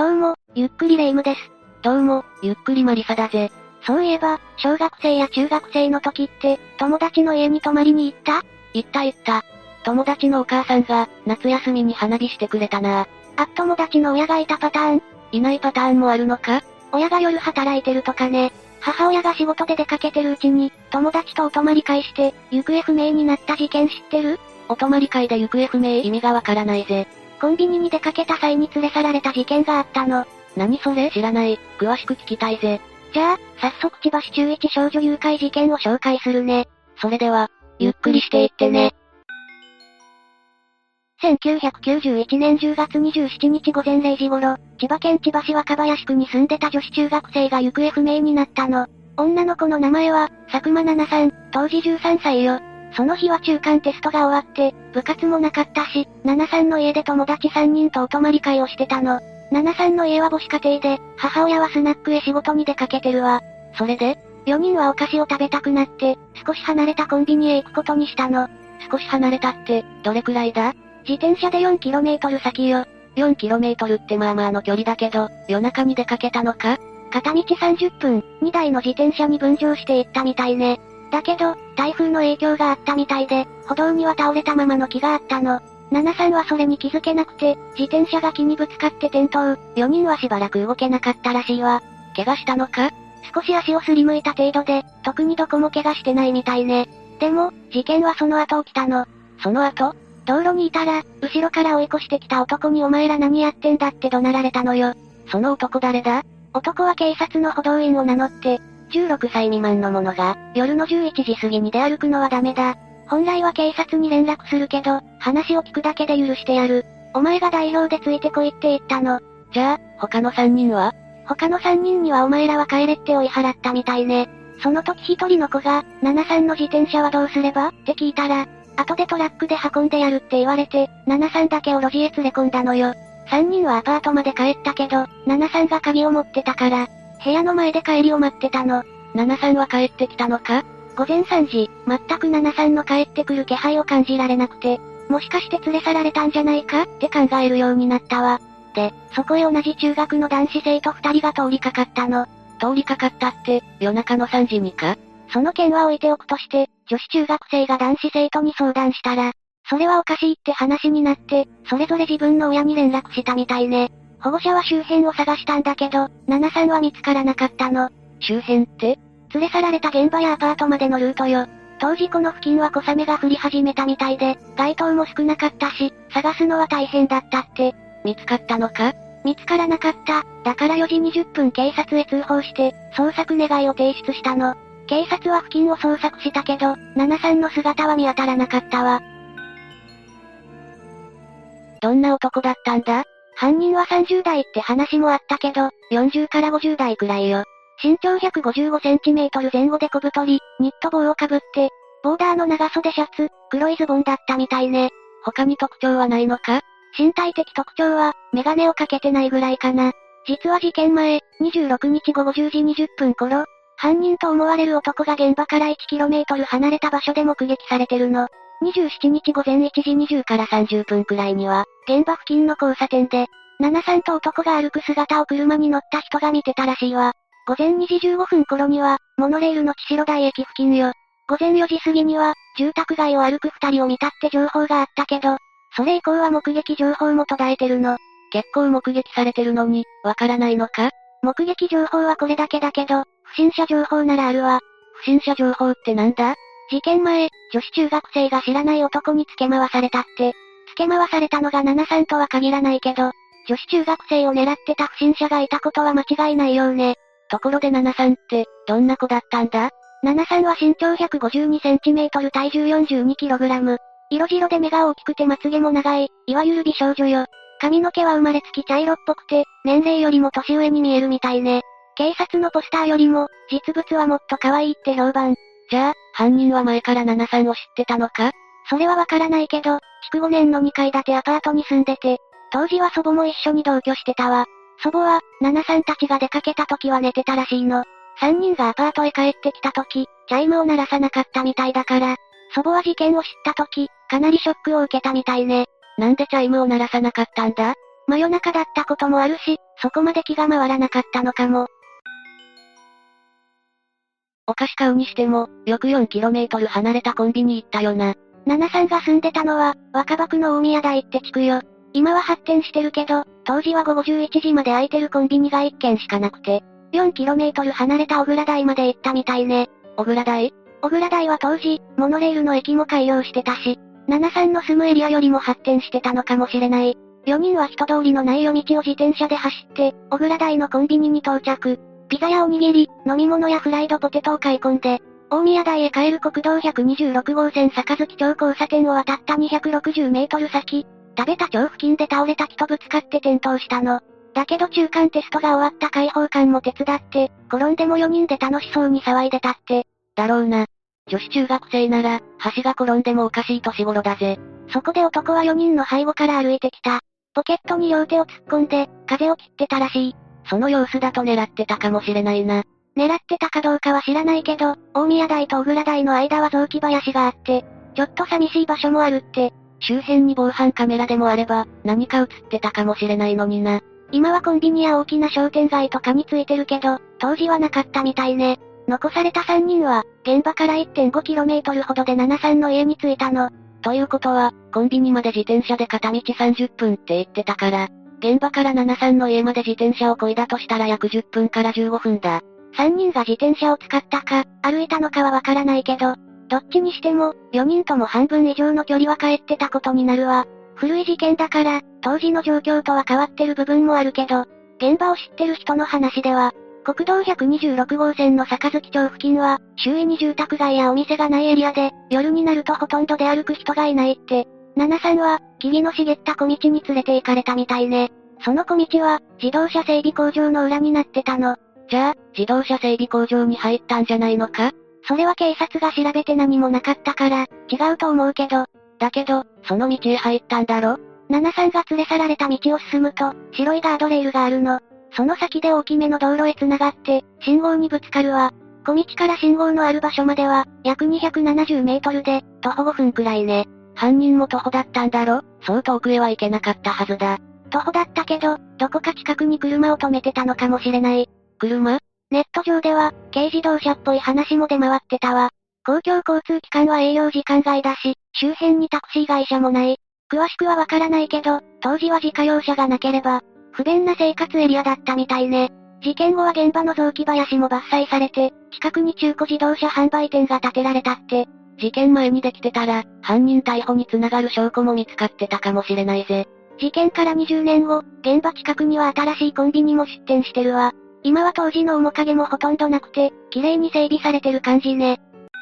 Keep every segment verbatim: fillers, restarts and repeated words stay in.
どうも、ゆっくりレ夢ムです。 どうも、ゆっくりマリサだぜ。 そういえば、小学生や中学生の時って、友達の家に泊まりに行った？ 行った行った。友達のお母さんが、夏休みに花火してくれたな。 あ、友達の親がいたパターン？ いないパターンもあるのか？ 親が夜働いてるとかね。母親が仕事で出かけてるうちに、友達とお泊まり会して、行方不明になった事件知ってる？ お泊まり会で行方不明意味がわからないぜ。 コンビニに出かけた際に連れ去られた事件があったの。 何それ？知らない。詳しく聞きたいぜ。 じゃあ、早速千葉市中一少女誘拐事件を紹介するね。 それでは、ゆっくりしていってね。 せんきゅうひゃくきゅうじゅういちねんじゅうがつにじゅうしちにちごぜんれいじ頃、千葉県千葉市若林区に住んでた女子中学生が行方不明になったの。女の子の名前は、佐久間奈々さん、当時じゅうさんさいよ。その日は中間テストが終わって、部活もなかったし、奈々さんの家で友達さんにんとお泊まり会をしてたの。奈々さんの家は母子家庭で、母親はスナックへ仕事に出かけてるわ。 それで？ よにんはお菓子を食べたくなって、少し離れたコンビニへ行くことにしたの。 少し離れたって、どれくらいだ？ 自転車でよんキロメートル先よ。 よんキロメートルってまあまあの距離だけど、夜中に出かけたのか？ 片道さんじゅっぷん、にだいの自転車に分乗して行ったみたいね。だけど、台風の影響があったみたいで、歩道には倒れたままの木があったの。奈々さんはそれに気づけなくて、自転車が木にぶつかって転倒。よにんはしばらく動けなかったらしいわ。 怪我したのか？ 少し足をすりむいた程度で、特にどこも怪我してないみたいね。でも、事件はその後起きたの。 その後？ 道路にいたら、後ろから追い越してきた男にお前ら何やってんだって怒鳴られたのよ。 その男誰だ？ 男は警察の補導員を名乗って、じゅうろくさい未満の者が、夜のじゅういちじ過ぎに出歩くのはダメだ。本来は警察に連絡するけど、話を聞くだけで許してやる。お前が代表でついてこいって言ったの。 じゃあ、他のさんにんは？ 他のさんにんにはお前らは帰れって追い払ったみたいね。その時一人の子が、奈々さんの自転車はどうすればって聞いたら、後でトラックで運んでやるって言われて、奈々さんだけを路地へ連れ込んだのよ。さんにんはアパートまで帰ったけど、奈々さんが鍵を持ってたから、部屋の前で帰りを待ってたの。 奈々さんは帰ってきたのか？ ごぜんさんじ、全く奈々さんの帰ってくる気配を感じられなくて、もしかして連れ去られたんじゃないかって考えるようになったわ。で、そこへ同じ中学の男子生徒ふたりが通りかかったの。 通りかかったって、夜中のさんじにか？ その件は置いておくとして、女子中学生が男子生徒に相談したら、それはおかしいって話になって、それぞれ自分の親に連絡したみたいね。保護者は周辺を探したんだけど、奈々さんは見つからなかったの。 周辺って？ 連れ去られた現場やアパートまでのルートよ。当時この付近は小雨が降り始めたみたいで、街灯も少なかったし、探すのは大変だったって。 見つかったのか？ 見つからなかった。だからよじにじゅっぷん警察へ通報して、捜索願いを提出したの。警察は付近を捜索したけど、奈々さんの姿は見当たらなかったわ。 どんな男だったんだ？ 犯人はさんじゅうだいって話もあったけど、よんじゅうからごじゅうだいくらいよ。身長ひゃくごじゅうごセンチメートル前後で小太り、ニット帽をかぶって、ボーダーの長袖シャツ、黒いズボンだったみたいね。 他に特徴はないのか？ 身体的特徴は、メガネをかけてないぐらいかな。実は事件前、にじゅうろくにちごごじゅうじにじゅっぷん頃、犯人と思われる男が現場からいちキロメートル離れた場所で目撃されてるの。にじゅうしちにちごぜんいちじにじゅうからさんじゅっぷんくらいには、現場付近の交差点で、奈々さんと男が歩く姿を車に乗った人が見てたらしいわ。ごぜんにじじゅうごふん頃には、モノレールの千代台駅付近よ。ごぜんよじ過ぎには、住宅街を歩く二人を見たって情報があったけど、それ以降は目撃情報も途絶えてるの。 結構目撃されてるのに、わからないのか？ 目撃情報はこれだけだけど、不審者情報ならあるわ。 不審者情報ってなんだ？ 事件前、女子中学生が知らない男に付け回されたって。付け回されたのが奈々さんとは限らないけど、女子中学生を狙ってた不審者がいたことは間違いないようね。 ところで奈々さんって、どんな子だったんだ？ 奈々さんは身長ひゃくごじゅうにセンチメートル体重よんじゅうにキログラム。色白で目が大きくてまつげも長い、いわゆる美少女よ。髪の毛は生まれつき茶色っぽくて、年齢よりも年上に見えるみたいね。警察のポスターよりも、実物はもっと可愛いって評判。 じゃあ、犯人は前から奈々さんを知ってたのか？ それはわからないけど、築ごねんのにかい建てアパートに住んでて、当時は祖母も一緒に同居してたわ。祖母は、奈々さんたちが出かけた時は寝てたらしいの。三人がアパートへ帰ってきた時、チャイムを鳴らさなかったみたいだから、祖母は事件を知った時、かなりショックを受けたみたいね。 なんでチャイムを鳴らさなかったんだ？ 真夜中だったこともあるし、そこまで気が回らなかったのかも。 お菓子買うにしても、よく よんキロメートル 離れたコンビニ行ったよな。 ナナさんが住んでたのは、若葉区の大宮台って地区よ。今は発展してるけど、当時は午後じゅういちじまで開いてるコンビニがいっけんしかなくて、よんキロメートル 離れた小倉台まで行ったみたいね。 小倉台？ 小倉台は当時、モノレールの駅も開業してたし、ナナさんの住むエリアよりも発展してたのかもしれない。よにんは人通りのない夜道を自転車で走って、小倉台のコンビニに到着。ピザやおにぎり、飲み物やフライドポテトを買い込んで、大宮台へ帰る国道ひゃくにじゅうろくごうせん坂月町交差点を渡ったにひゃくろくじゅうメートル先、食べた町付近で倒れた木とぶつかって転倒したの。だけど中間テストが終わった解放官も手伝って、転んでもよにんで楽しそうに騒いでたって。 だろうな。女子中学生なら、橋が転んでもおかしい年頃だぜ。 そこで男はよにんの背後から歩いてきた。ポケットに両手を突っ込んで、風を切ってたらしい。 その様子だと狙ってたかもしれないな。 狙ってたかどうかは知らないけど、大宮台と小倉台の間は雑木林があって、ちょっと寂しい場所もあるって。 周辺に防犯カメラでもあれば、何か映ってたかもしれないのにな。 今はコンビニや大きな商店街とかについてるけど、当時はなかったみたいね。残されたさんにんは、現場から いってんごキロメートル ほどでナナさんの家に着いたの。 ということは、コンビニまで自転車で片道さんじゅっぷんって言ってたから、現場からナナさんの家まで自転車を漕いだとしたら約じゅっぷんからじゅうごふんだ。 さんにんが自転車を使ったか、歩いたのかはわからないけど、どっちにしても、よにんとも半分以上の距離は帰ってたことになるわ。古い事件だから、当時の状況とは変わってる部分もあるけど、現場を知ってる人の話では、国道ひゃくにじゅうろくごうせんの坂月町付近は、周囲に住宅街やお店がないエリアで、夜になるとほとんど出歩く人がいないって。ナナさんは、木々の茂った小道に連れて行かれたみたいね。その小道は、自動車整備工場の裏になってたの。 じゃあ、自動車整備工場に入ったんじゃないのか？ それは警察が調べて何もなかったから、違うと思うけど。 だけど、その道へ入ったんだろ？ ナナさんが連れ去られた道を進むと、白いガードレールがあるの。その先で大きめの道路へ繋がって、信号にぶつかるわ。小道から信号のある場所までは、約にひゃくななじゅうメートルで、徒歩ごふんくらいね。 犯人も徒歩だったんだろ？そう遠くへは行けなかったはずだ。 徒歩だったけど、どこか近くに車を止めてたのかもしれない。 車？ ネット上では、軽自動車っぽい話も出回ってたわ。公共交通機関は営業時間外だし、周辺にタクシー会社もない。詳しくはわからないけど、当時は自家用車がなければ、不便な生活エリアだったみたいね。事件後は現場の雑木林も伐採されて、近くに中古自動車販売店が建てられたって。 事件前にできてたら、犯人逮捕につながる証拠も見つかってたかもしれないぜ。 事件からにじゅうねんご、現場近くには新しいコンビニも出店してるわ。今は当時の面影もほとんどなくて、綺麗に整備されてる感じね。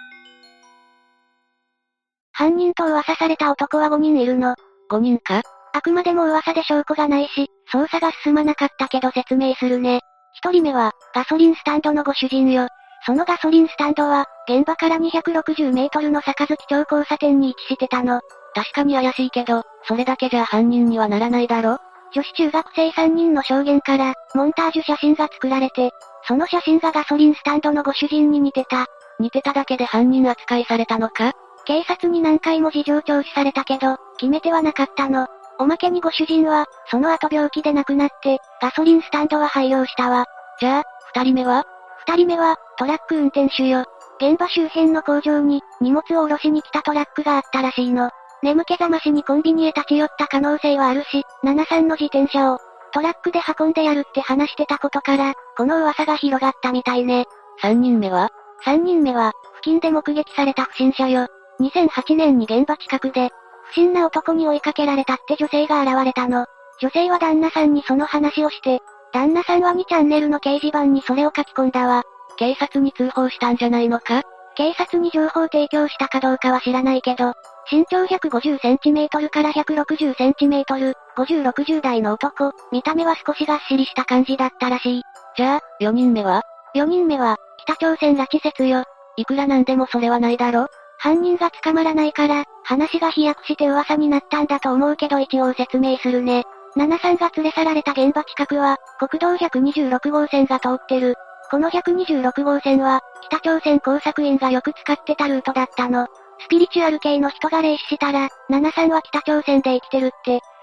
犯人と噂された男はごにんいるの。 ごにんか？ あくまでも噂で証拠がないし、捜査が進まなかったけど説明するね。ひとりめは、ガソリンスタンドのご主人よ。そのガソリンスタンドは、現場からにひゃくろくじゅうメートルの坂月町交差点に位置してたの。 確かに怪しいけど、それだけじゃ犯人にはならないだろ？ 女子中学生さんにんの証言から、モンタージュ写真が作られて、その写真がガソリンスタンドのご主人に似てた。 似てただけで犯人扱いされたのか？ 警察に何回も事情聴取されたけど、決め手はなかったの。おまけにご主人は、その後病気で亡くなって、ガソリンスタンドは廃業したわ。 じゃあ、二人目は？ 二人目は、トラック運転手よ。現場周辺の工場に、荷物を下ろしに来たトラックがあったらしいの。眠気覚ましにコンビニへ立ち寄った可能性はあるし、ナナさんの自転車を、トラックで運んでやるって話してたことから、この噂が広がったみたいね。 三人目は？ 三人目は、付近で目撃された不審者よ。にせんはちねんに現場近くで、不審な男に追いかけられたって女性が現れたの。女性は旦那さんにその話をして、旦那さんはにチャンネルの掲示板にそれを書き込んだわ。 警察に通報したんじゃないのか？ 警察に情報提供したかどうかは知らないけど、身長ひゃくごじゅっセンチメートルからひゃくろくじゅっセンチメートル、ごじゅう、ろくじゅう代の男、見た目は少しがっしりした感じだったらしい。 じゃあ、よにんめは？ よ 人目は、北朝鮮拉致説よ。 いくらなんでもそれはないだろ？ 犯人が捕まらないから、話が飛躍して噂になったんだと思うけど一応説明するね。ナナさんが連れ去られた現場近くは、国道ひゃくにじゅうろくごうせんが通ってる。このひゃくにじゅうろくごうせんは、北朝鮮工作員がよく使ってたルートだったの。スピリチュアル系の人が霊視したら、ナナさんは北朝鮮で生きてるって。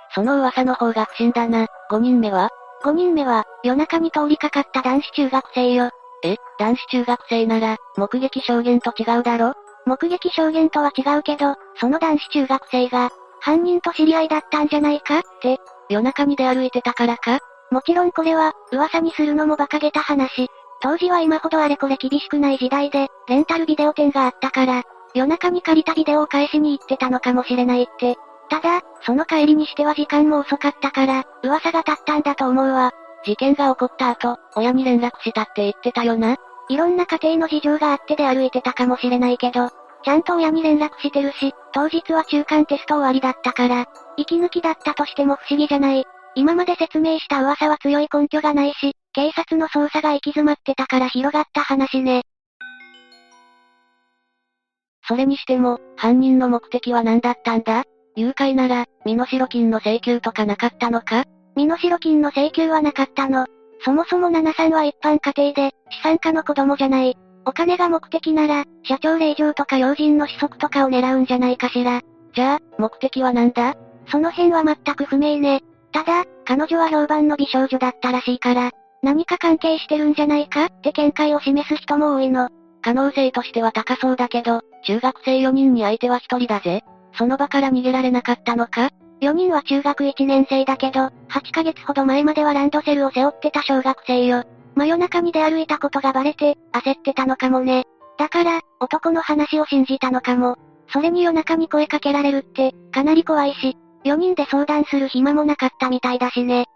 その噂の方が不審だな。ごにんめは？ ご 人目は、夜中に通りかかった男子中学生よ。 え、男子中学生なら、目撃証言と違うだろ？ 目撃証言とは違うけど、その男子中学生が、犯人と知り合いだったんじゃないかって、 夜中に出歩いてたからか？ もちろんこれは、噂にするのも馬鹿げた話。当時は今ほどあれこれ厳しくない時代で、レンタルビデオ店があったから、夜中に借りたビデオを返しに行ってたのかもしれないって。ただ、その帰りにしては時間も遅かったから、噂が立ったんだと思うわ。 事件が起こった後、親に連絡したって言ってたよな。 いろんな家庭の事情があってで歩いてたかもしれないけど、ちゃんと親に連絡してるし、当日は中間テスト終わりだったから、息抜きだったとしても不思議じゃない。今まで説明した噂は強い根拠がないし、警察の捜査が行き詰まってたから広がった話ね。 それにしても、犯人の目的は何だったんだ？誘拐なら、身代金の請求とかなかったのか？ 身代金の請求はなかったの。そもそもナナさんは一般家庭で、資産家の子供じゃない。お金が目的なら、社長令嬢とか要人の子息とかを狙うんじゃないかしら。 じゃあ、目的は何だ？ その辺は全く不明ね。ただ、彼女は評判の美少女だったらしいから、何か関係してるんじゃないかって見解を示す人も多いの。 可能性としては高そうだけど、中学生よにんに相手はひとりだぜ。その場から逃げられなかったのか？ よにんは中学いちねん生だけど、はちかげつほど前まではランドセルを背負ってた小学生よ。真夜中に出歩いたことがバレて、焦ってたのかもね。だから、男の話を信じたのかも。それに夜中に声かけられるって、かなり怖いし、よにんで相談する暇もなかったみたいだしね。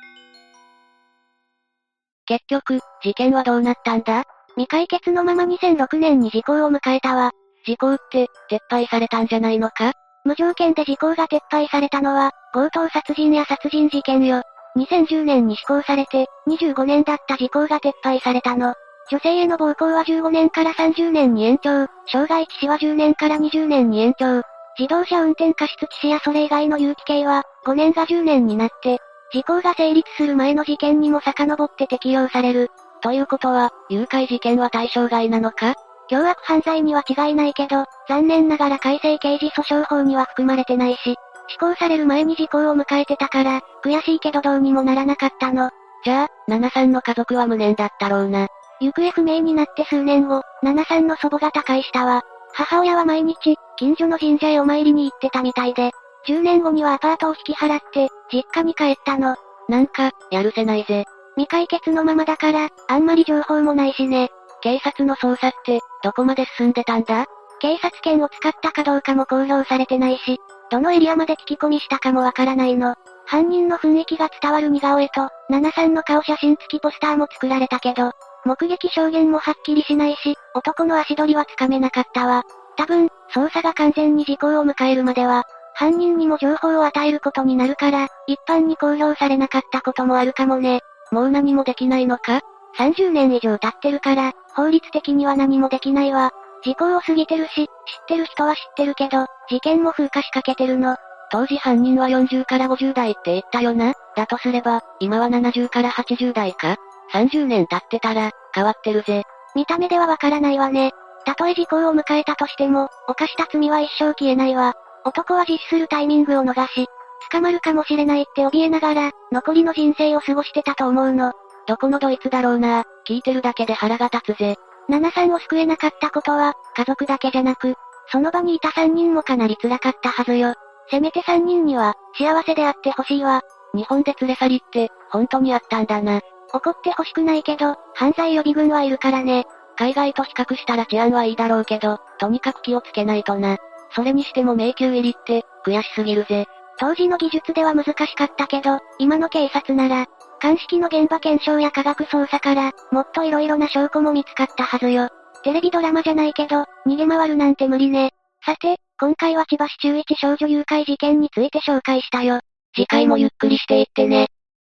結局、事件はどうなったんだ？ 未解決のままにせんろくねんに時効を迎えたわ。 時効って、撤廃されたんじゃないのか？ 無条件で時効が撤廃されたのは、強盗殺人や殺人事件よ。にせんじゅうねんに施行されて、にじゅうごねんだった時効が撤廃されたの。女性への暴行はじゅうごねんからさんじゅうねんに延長、傷害致死はじゅうねんからにじゅうねんに延長、自動車運転過失致死やそれ以外の有期刑は、ごねんがじゅうねんになって、時効が成立する前の事件にも遡って適用される。 ということは、誘拐事件は対象外なのか？ 凶悪犯罪には違いないけど、残念ながら改正刑事訴訟法には含まれてないし、施行される前に時効を迎えてたから、悔しいけどどうにもならなかったの。 じゃあ、ナナさんの家族は無念だったろうな。 行方不明になって数年後、ナナさんの祖母が他界したわ。母親は毎日、近所の神社へお参りに行ってたみたいで、じゅうねんごにはアパートを引き払って、実家に帰ったの。 なんか、やるせないぜ。 未解決のままだから、あんまり情報もないしね。 警察の捜査って、どこまで進んでたんだ？ 警察犬を使ったかどうかも公表されてないし、どのエリアまで聞き込みしたかもわからないの。犯人の雰囲気が伝わる似顔絵と、ナナさんの顔写真付きポスターも作られたけど、目撃証言もはっきりしないし、男の足取りはつかめなかったわ。多分、捜査が完全に時効を迎えるまでは、犯人にも情報を与えることになるから、一般に公表されなかったこともあるかもね。 もう何もできないのか？ さんじゅうねん以上経ってるから、法律的には何もできないわ。時効を過ぎてるし、知ってる人は知ってるけど、事件も風化しかけてるの。 当時犯人はよんじゅうからごじゅうだいって言ったよな。だとすれば、今はななじゅうからはちじゅうだいか？ さんじゅうねん経ってたら、変わってるぜ。 見た目ではわからないわね。たとえ時効を迎えたとしても、犯した罪は一生消えないわ。男は実施するタイミングを逃し、捕まるかもしれないって怯えながら、残りの人生を過ごしてたと思うの。 どこのドイツだろうな。聞いてるだけで腹が立つぜ。 ナナさんを救えなかったことは、家族だけじゃなく、その場にいたさんにんもかなり辛かったはずよ。せめてさんにんには、幸せであってほしいわ。 日本で連れ去りって、本当にあったんだな。 怒ってほしくないけど、犯罪予備軍はいるからね。 海外と比較したら治安はいいだろうけど、とにかく気をつけないとな。それにしても迷宮入りって、悔しすぎるぜ。 当時の技術では難しかったけど、今の警察なら、鑑識の現場検証や科学捜査から、もっと色々な証拠も見つかったはずよ。テレビドラマじゃないけど、逃げ回るなんて無理ね。さて、今回は千葉市中一少女誘拐事件について紹介したよ。 次回もゆっくりしていってね。